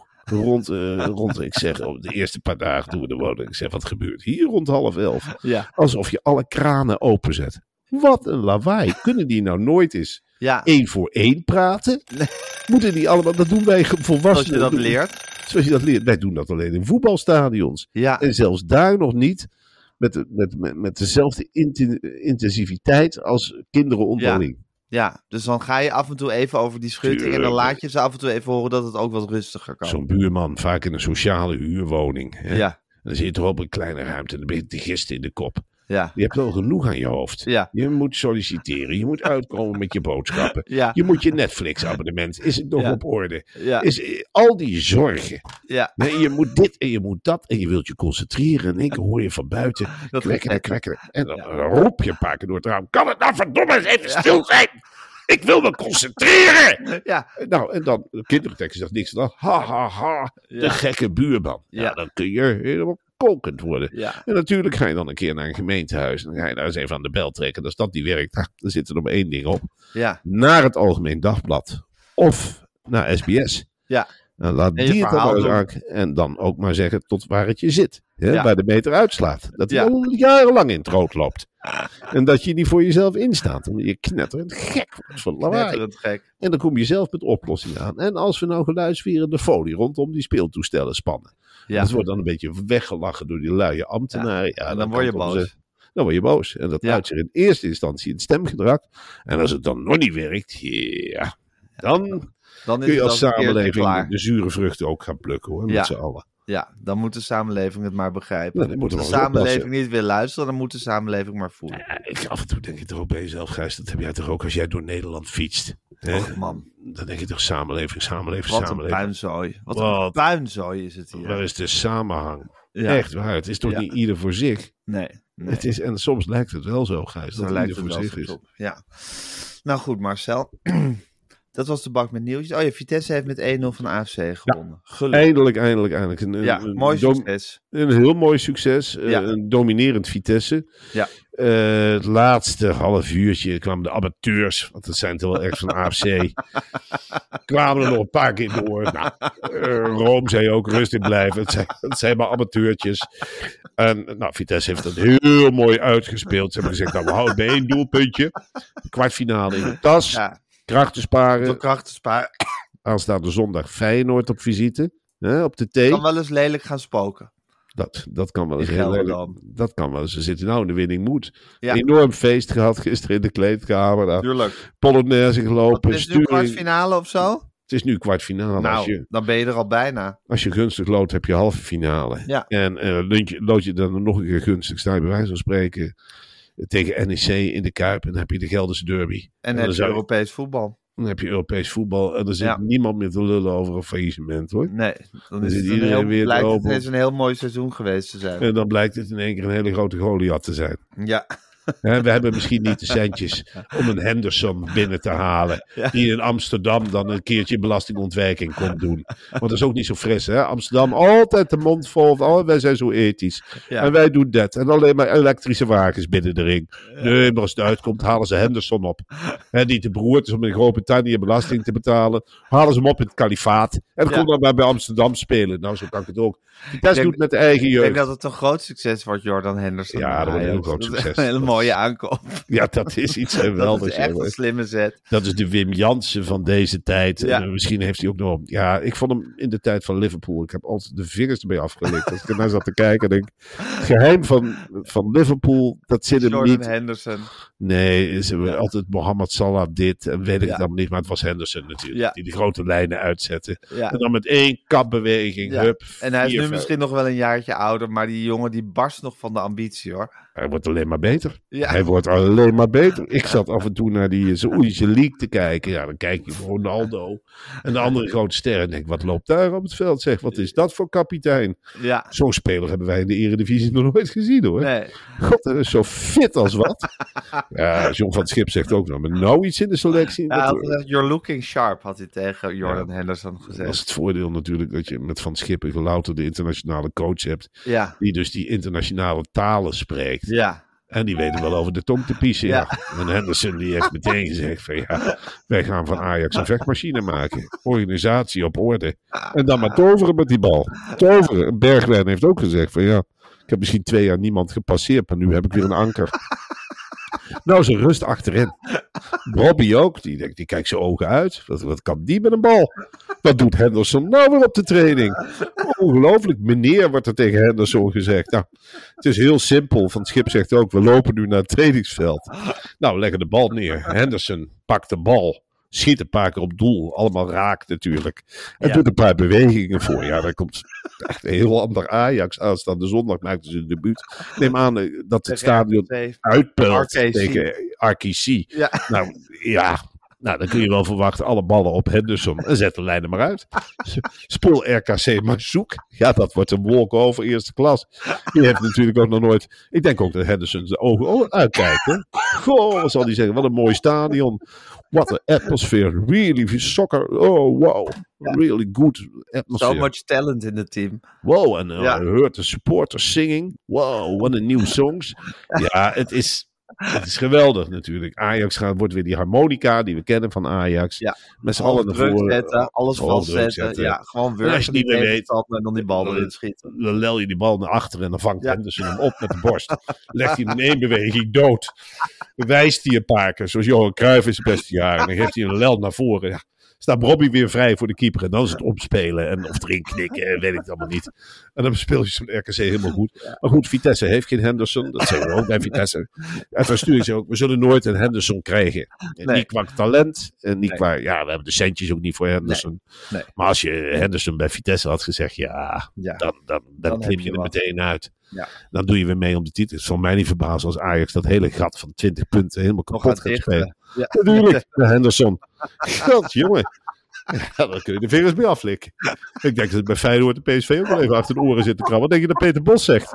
S7: Rond, ik zeg, de eerste paar dagen toen we er woonden, ik zeg, wat gebeurt hier rond 10:30?
S6: Ja.
S7: Alsof je alle kranen openzet. Wat een lawaai. Kunnen die nou nooit eens 1 voor 1 praten? Nee. Moeten die allemaal, dat doen wij volwassenen.
S6: Zoals je dat leert.
S7: Zoals je dat leert. Wij doen dat alleen in voetbalstadions.
S6: Ja.
S7: En zelfs daar nog niet met dezelfde intensiviteit als kinderen onderling.
S6: Ja, dus dan ga je af en toe even over die schutting en dan laat je ze af en toe even horen dat het ook wat rustiger kan.
S7: Zo'n buurman, vaak in een sociale huurwoning. Hè?
S6: Ja.
S7: En dan zit je toch op een kleine ruimte en dan ben je te gisten in de kop.
S6: Ja.
S7: Je hebt wel genoeg aan je hoofd.
S6: Ja.
S7: Je moet solliciteren, je moet uitkomen met je boodschappen.
S6: Ja.
S7: Je moet je Netflix-abonnement, is het nog op orde?
S6: Ja.
S7: Al die zorgen.
S6: Ja.
S7: Nee, je moet dit en je moet dat en je wilt je concentreren. En ik hoor je van buiten kwekkeren. En dan roep je een paar keer door het raam. Kan het nou verdomme eens even stil zijn? Ik wil me concentreren!
S6: Ja.
S7: Nou, en dan, de kindertekst zegt niks dan. De gekke buurman. Ja, dan kun je helemaal kokend worden.
S6: Ja.
S7: En natuurlijk ga je dan een keer naar een gemeentehuis. En dan ga je daar eens even aan de bel trekken. Als dat niet werkt, dan zit er nog maar 1 ding op.
S6: Ja.
S7: Naar het Algemeen Dagblad. Of naar SBS.
S6: Ja.
S7: En laat die het dan maar aan. En dan ook maar zeggen tot waar het je zit. Hè, waar de meter uitslaat. Dat hij al jarenlang in het rood loopt. En dat je niet voor jezelf instaat. En je knetterend gek wordt van lawaai. En dan kom je zelf met oplossingen aan. En als we nou geluidswerende folie rondom die speeltoestellen spannen.
S6: Ja.
S7: Dat wordt dan een beetje weggelachen door die luie ambtenaren. Ja,
S6: en dan word je boos.
S7: Dan word je boos. En dat uit zich in eerste instantie in stemgedrag. En als het dan nog niet werkt, dan kun je als samenleving de zure vruchten ook gaan plukken, hoor, met z'n allen.
S6: Ja, dan moet de samenleving het maar begrijpen.
S7: Nou,
S6: als de samenleving niet wil luisteren, dan moet de samenleving maar voelen.
S7: Ja, af en toe denk je toch ook bij jezelf, Gijs, dat heb jij toch ook als jij door Nederland fietst.
S6: Och man.
S7: Dan denk je toch samenleving.
S6: Wat een puinzooi. Wat een puinzooi is het hier.
S7: Waar is de samenhang? Ja. Echt waar, het is toch niet ieder voor zich?
S6: Nee.
S7: Het is, en soms lijkt het wel zo, Gijs, dat
S6: lijkt
S7: ieder
S6: het
S7: voor
S6: wel
S7: zich is.
S6: soms op. Ja. Nou goed, Marcel. Dat was de bak met nieuwtjes. Oh ja, Vitesse heeft met 1-0 van AFC gewonnen. Gelukkig.
S7: Eindelijk. Een
S6: Mooi succes.
S7: Een heel mooi succes.
S6: Ja.
S7: Een dominerend Vitesse.
S6: Ja.
S7: Het laatste half uurtje kwamen de amateurs, want dat zijn toch wel echt van AFC, kwamen er nog een paar keer door. Nou, Rome zei ook rustig blijven. Het zijn maar amateurtjes. En nou, Vitesse heeft dat heel mooi uitgespeeld. Ze hebben gezegd, nou, we houden bij 1 doelpuntje. Kwartfinale in de tas.
S6: Ja.
S7: Krachten sparen.
S6: Door krachten sparen.
S7: Aanstaande zondag Feyenoord op visite. Hè, op de thee.
S6: Kan wel eens lelijk gaan spoken.
S7: Dat kan wel eens
S6: In
S7: heel
S6: Gelderland.
S7: lelijk. Dat kan wel eens. Ze zitten nou in de winning mood.
S6: Ja.
S7: Enorm feest gehad gisteren in de kleedkamer. Nou,
S6: Tuurlijk.
S7: Polonaise gelopen.
S6: Is het nu kwartfinale of zo?
S7: Het is nu kwartfinale.
S6: Nou, dan ben je er al bijna.
S7: Als je gunstig loodt, heb je halve finale.
S6: Ja.
S7: En lood je dan nog een keer gunstig, sta je bij wijze van spreken tegen NEC in de Kuip. En dan heb je de Gelderse derby.
S6: En
S7: dan
S6: heb je Europees voetbal.
S7: Dan heb je Europees voetbal. En er zit niemand meer te lullen over een faillissement, hoor.
S6: Nee, dan
S7: Dan
S6: is
S7: zit
S6: het
S7: iedereen weer
S6: blijkt
S7: erop.
S6: het is een heel mooi seizoen geweest te zijn.
S7: En dan blijkt het in één keer een hele grote Goliath te zijn.
S6: Ja.
S7: We hebben misschien niet de centjes om een Henderson binnen te halen.
S6: Ja.
S7: Die in Amsterdam dan een keertje belastingontwijking komt doen. Want dat is ook niet zo fris, hè? Amsterdam altijd de mond vol van, oh, wij zijn zo ethisch.
S6: Ja.
S7: En wij doen dat. En alleen maar elektrische wagens binnen de ring. Nee, maar als het uitkomt, halen ze Henderson op. Hè, die te beroerd is om in Groot-Brittannië belasting te betalen. Halen ze hem op in het kalifaat. En dan komt dan maar bij Amsterdam spelen. Nou, zo kan ik het ook. Vitesse doet met de eigen
S6: Ik
S7: jeugd.
S6: denk dat het een groot succes wordt, Jordan Henderson.
S7: Ja, dat wordt een heel
S6: Ajax.
S7: groot
S6: Dat is
S7: succes.
S6: Een hele mooie aankoop.
S7: Ja, dat is iets geweldigs.
S6: Dat is echt een slimme zet.
S7: Dat is de Wim Jansen van deze tijd.
S6: Ja.
S7: En misschien heeft hij ook nog... Ja, ik vond hem in de tijd van Liverpool. Ik heb altijd de vingers erbij afgelikt. Als ik ernaar zat te kijken, denk ik... Het geheim van Liverpool, dat zit hem
S6: Jordan
S7: niet...
S6: Henderson.
S7: Nee, ze hebben altijd Mohamed Salah dit en weet ik het allemaal niet. Maar het was Henderson natuurlijk.
S6: Ja.
S7: Die de grote lijnen uitzette.
S6: Ja.
S7: En dan met 1 kapbeweging,
S6: Ja.
S7: hup.
S6: En hij is
S7: 4,
S6: nu
S7: 5.
S6: misschien nog wel een jaartje ouder, maar die jongen die barst nog van de ambitie, hoor.
S7: Hij wordt alleen maar beter.
S6: Ja.
S7: Hij wordt alleen maar beter. Ik zat af en toe naar die Saoedische League te kijken. Ja, dan kijk je voor Ronaldo en de andere grote sterren. En denk, wat loopt daar op het veld? Zeg, wat is dat voor kapitein?
S6: Ja.
S7: Zo'n speler hebben wij in de Eredivisie nog nooit gezien, hoor.
S6: Nee.
S7: God, dat is zo fit als wat. Ja, John van het Schip zegt ook nog, maar nou iets in de selectie.
S6: Ja, hij
S7: Dat-
S6: had gezegd, you're looking sharp, had hij tegen Jordan Henderson
S7: dat
S6: gezegd.
S7: is het voordeel natuurlijk dat je met Van Schip en louter de internationale coach hebt.
S6: Ja.
S7: Die dus die internationale talen spreekt.
S6: Ja.
S7: En die weten wel over de tong te piezen. Ja. En Henderson die heeft meteen gezegd van ja, wij gaan van Ajax een vechtmachine maken. Organisatie op orde. En dan maar toveren met die bal. Toveren. En Bergwijn heeft ook gezegd van ja, ik heb misschien 2 jaar niemand gepasseerd, maar nu heb ik weer een anker. Nou, ze rust achterin. Robbie ook, die kijkt zijn ogen uit. Wat kan die met een bal? Wat doet Henderson nou weer op de training? Ongelooflijk, meneer, wordt er tegen Henderson gezegd. Nou, het is heel simpel. Van het Schip zegt ook, we lopen nu naar het trainingsveld. Nou, leggen de bal neer. Henderson pakt de bal. Schiet een paar keer op doel. Allemaal raak natuurlijk. En doet een paar bewegingen voor. Ja, dan komt echt een heel ander Ajax. Aanstaande zondag maakten ze een debuut. Neem aan dat het stadion uitpelt
S6: RKC.
S7: tegen RKC.
S6: Ja.
S7: Nou, dan kun je wel verwachten, alle ballen op Henderson. En zet de lijn er maar uit. Speel RKC maar zoek. Ja, dat wordt een walk-over eerste klas. Die heeft natuurlijk ook nog nooit... Ik denk ook dat Henderson zijn ogen uitkijkt. Hè? Goh, wat zal hij zeggen? Wat een mooi stadion. What an atmosphere. Really soccer. Oh, wow. Really good atmosphere.
S6: So much talent in het team.
S7: Wow, en I heard the supporters singing. Wow, what a new songs. Ja, het is geweldig natuurlijk. Ajax wordt weer die harmonica die we kennen van Ajax.
S6: Ja.
S7: Met z'n allen naar voren.
S6: Zetten, alles
S7: Vooral
S6: vastzetten.
S7: druk zetten.
S6: Ja, gewoon
S7: En als
S6: wurgen
S7: je
S6: die
S7: niet meer weet,
S6: tegenstander en dan die bal erin schieten.
S7: Dan lel je die bal naar achteren en dan vangt Henderson hem op met de borst. Legt hij hem in 1 beweging dood. Wijst hij een paar keer, zoals Johan Cruijff in zijn beste jaren. En dan geeft hij een lel naar voren. Ja. Staat Robbie weer vrij voor de keeper. En dan is het opspelen. En of erin knikken. Weet ik het allemaal niet. En dan speel je zo'n RKC helemaal goed. Maar goed, Vitesse heeft geen Henderson. Dat zeggen we ook bij Vitesse. En dan stuur je ze ook. We zullen nooit een Henderson krijgen.
S6: Nee.
S7: Niet qua talent. En niet qua... Ja, we hebben de centjes ook niet voor Henderson.
S6: Nee.
S7: Maar als je Henderson bij Vitesse had gezegd. Ja, dan klim je er meteen uit.
S6: Ja.
S7: Dan doe je weer mee om de titel. Het zal mij niet verbazen als Ajax dat hele gat van 20 punten helemaal kapot gaat spelen.
S6: Ja.
S7: Natuurlijk, de Henderson. God, jongen. Ja, dan kun je de vingers mee aflikken. Ik denk dat het bij Feyenoord de PSV ook wel even achter de oren zit te krabben. Wat denk je dat Peter Bos zegt?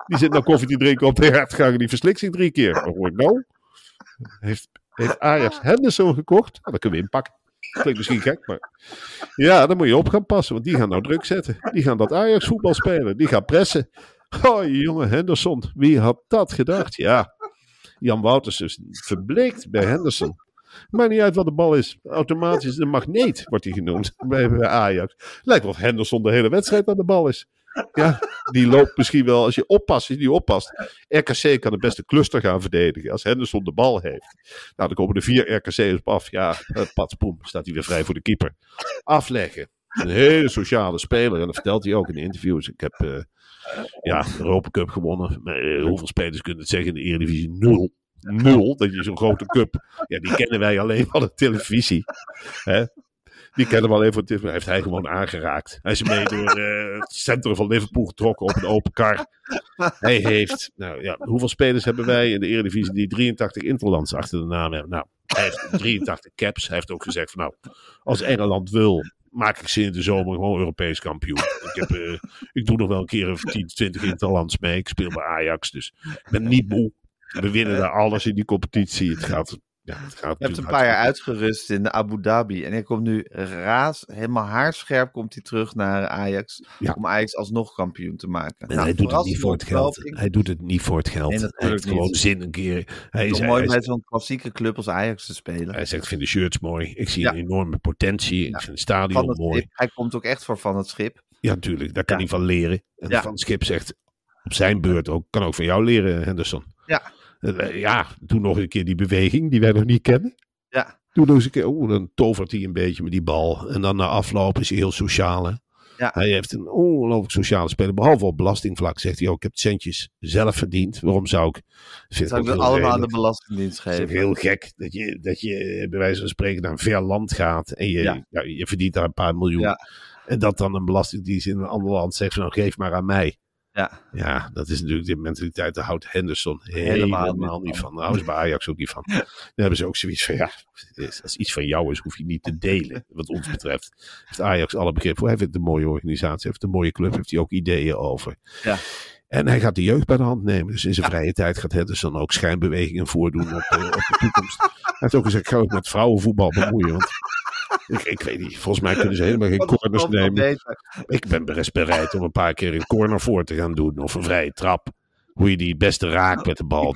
S7: Die zit nou koffie te drinken op de hertgang en die verslikt zich 3 keer. Wat hoor ik nou? Heeft Ajax Henderson gekocht? Nou, dat kunnen we inpakken. Klinkt misschien gek, maar... Ja, daar moet je op gaan passen, want die gaan nou druk zetten. Die gaan dat Ajax voetbal spelen. Die gaan pressen. Oh, jongen, Henderson. Wie had dat gedacht? Ja, Jan Wouters is verbleekt bij Henderson. Maakt niet uit wat de bal is. Automatisch een magneet wordt hij genoemd bij Ajax. Lijkt wel of Henderson de hele wedstrijd aan de bal is. Ja, die loopt misschien wel, als je die oppast. RKC kan het beste cluster gaan verdedigen als Henderson de bal heeft. Nou, dan komen de 4 RKC'ers op af. Ja, patspoem, staat hij weer vrij voor de keeper. Afleggen. Een hele sociale speler. En dat vertelt hij ook in de interviews. Ik heb de Europa Cup gewonnen. Maar, hoeveel spelers kunnen het zeggen in de Eredivisie? 0. Dat je zo'n grote cup. Ja, die kennen wij alleen van de televisie. Hè? Die kennen we alleen van de televisie. Heeft hij gewoon aangeraakt. Hij is mee door het centrum van Liverpool getrokken op een open kar. Hij heeft, hoeveel spelers hebben wij in de Eredivisie die 83 interlands achter de naam hebben? Nou, hij heeft 83 caps. Hij heeft ook gezegd van als Engeland wil, maak ik ze in de zomer gewoon Europees kampioen. Ik doe nog wel een keer 10, 20 interlands mee. Ik speel bij Ajax, dus ik ben niet moe. We winnen daar alles in die competitie. Het gaat je hebt
S6: een paar jaar uitgerust in de Abu Dhabi. En hij komt nu helemaal haarscherp komt hij terug naar Ajax. Ja. Om Ajax alsnog kampioen te maken.
S7: En hij doet het niet voor het geld. Hij doet het niet voor het geld. Hij heeft gewoon zin een keer.
S6: Het is mooi met zo'n klassieke club als Ajax te spelen.
S7: Hij zegt, ik vind de shirts mooi. Ik zie een enorme potentie. Ik vind het stadion mooi.
S6: Hij komt ook echt voor Van het Schip.
S7: Ja, natuurlijk. Daar kan hij van leren. En Van het Schip zegt op zijn beurt ook, kan ook van jou leren, Henderson.
S6: Ja.
S7: Doe nog een keer die beweging die wij nog niet kennen.
S6: Ja.
S7: Doe nog eens een keer. Dan tovert hij een beetje met die bal. En dan na afloop is hij heel sociaal. Hè? Ja. Hij heeft een ongelooflijk sociale speler. Behalve op belastingvlak zegt hij ook, ik heb de centjes zelf verdiend. Waarom zou ik...
S6: Zou ik dat allemaal aan de Belastingdienst geven?
S7: Het is heel gek dat je bij wijze van spreken naar een ver land gaat. En je verdient daar een paar miljoen. Ja. En dat dan een belastingdienst in een ander land zegt van, geef maar aan mij. Ja, dat is natuurlijk de mentaliteit. Daar houdt Henderson helemaal niet van. Daar houden ze bij Ajax ook niet van. Dan hebben ze ook zoiets van, als iets van jou is, hoef je niet te delen. Wat ons betreft heeft Ajax alle begrip voor. Hij heeft een mooie organisatie, heeft een mooie club, heeft hij ook ideeën over. Ja. En hij gaat de jeugd bij de hand nemen. Dus in zijn vrije tijd gaat Henderson ook schijnbewegingen voordoen op de toekomst. Hij heeft ook gezegd, ik ga ook met vrouwenvoetbal bemoeien, want... Ik weet niet, volgens mij kunnen ze helemaal geen corners nemen. Ik ben best bereid om een paar keer een corner voor te gaan doen. Of een vrije trap. Hoe je die beste raakt met de bal.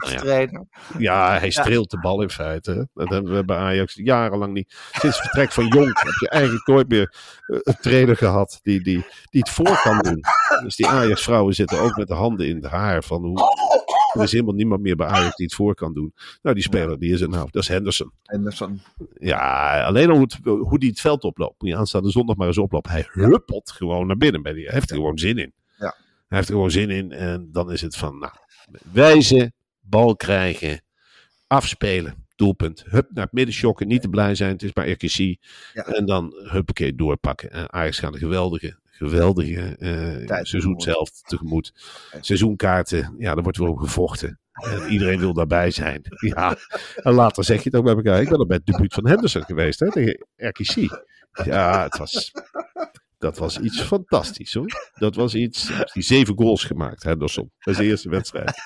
S7: Hij streelt de bal in feite. Dat hebben we bij Ajax jarenlang niet. Sinds het vertrek van Jonk heb je eigenlijk nooit meer een trainer gehad die het voor kan doen. Dus die Ajax vrouwen zitten ook met de handen in het haar van er is helemaal niemand meer bij Ajax die het voor kan doen. Nou, die speler, die is er nou. Dat is Henderson. Ja, alleen hoe die het veld oploopt. Moet je aanstaande zondag maar eens oplopen. Hij huppelt gewoon naar binnen. Hij heeft er gewoon zin in. Ja. Hij heeft er gewoon zin in. En dan is het van, wijzen, bal krijgen, afspelen, doelpunt. Hup, naar het midden shocken, niet te blij zijn. Het is maar RKC. Ja. En dan huppakee doorpakken. En Ajax gaat een geweldige seizoen zelf tegemoet. Seizoenkaarten, daar wordt wel gevochten. En iedereen wil daarbij zijn. Ja, en later zeg je het ook bij elkaar. Ik ben er bij het debuut van Henderson geweest, hè, tegen RKC. Ja, dat was iets fantastisch, hoor. Dat was iets... Die 7 goals gemaakt, Henderson. Dat is de eerste wedstrijd.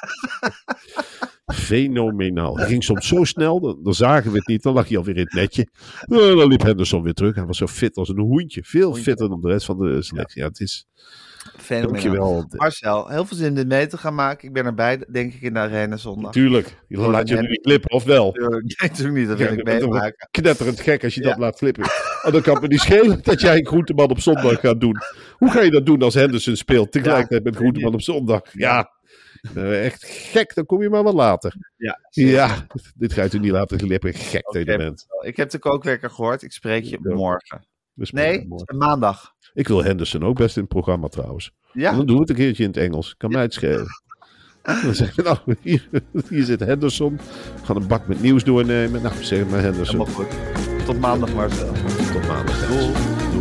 S7: Fenomenaal. Het ging soms zo snel, dan zagen we het niet. Dan lag hij alweer in het netje. Dan liep Henderson weer terug. Hij was zo fit als een hoentje. Veel fitter dan de rest van de selectie. Ja, het is...
S6: Fenomenaal. Marcel, heel veel zin in dit mee te gaan maken. Ik ben erbij, denk ik, in de Arena zondag.
S7: Tuurlijk. Je laat je er niet klippen, of wel?
S6: Natuurlijk niet, dat wil ik meemaken.
S7: Knetterend gek als je dat laat klippen. En dan kan het me niet schelen dat jij een groenteman op zondag gaat doen. Hoe ga je dat doen als Henderson speelt tegelijkertijd met groenteman op zondag? Ja. Echt gek, dan kom je maar wat later. Ja, dit ga je toen niet laten glippen. Gek dat je bent.
S6: Ik heb de kookwekker gehoord. Ik spreek je morgen. Maandag.
S7: Ik wil Henderson ook best in het programma trouwens. Ja. Dan doen we het een keertje in het Engels. Kan mij het schelen. Dan zeggen we, hier zit Henderson. We gaan een bak met nieuws doornemen. Nou, zeg maar Henderson.
S6: Helemaal goed. Tot maandag, Marcel.
S7: Tot maandag.
S6: Doei.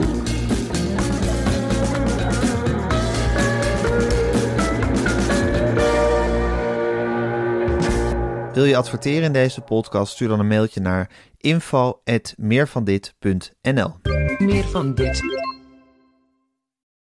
S6: Wil je adverteren in deze podcast? Stuur dan een mailtje naar info@meervandit.nl.
S5: Meer van dit.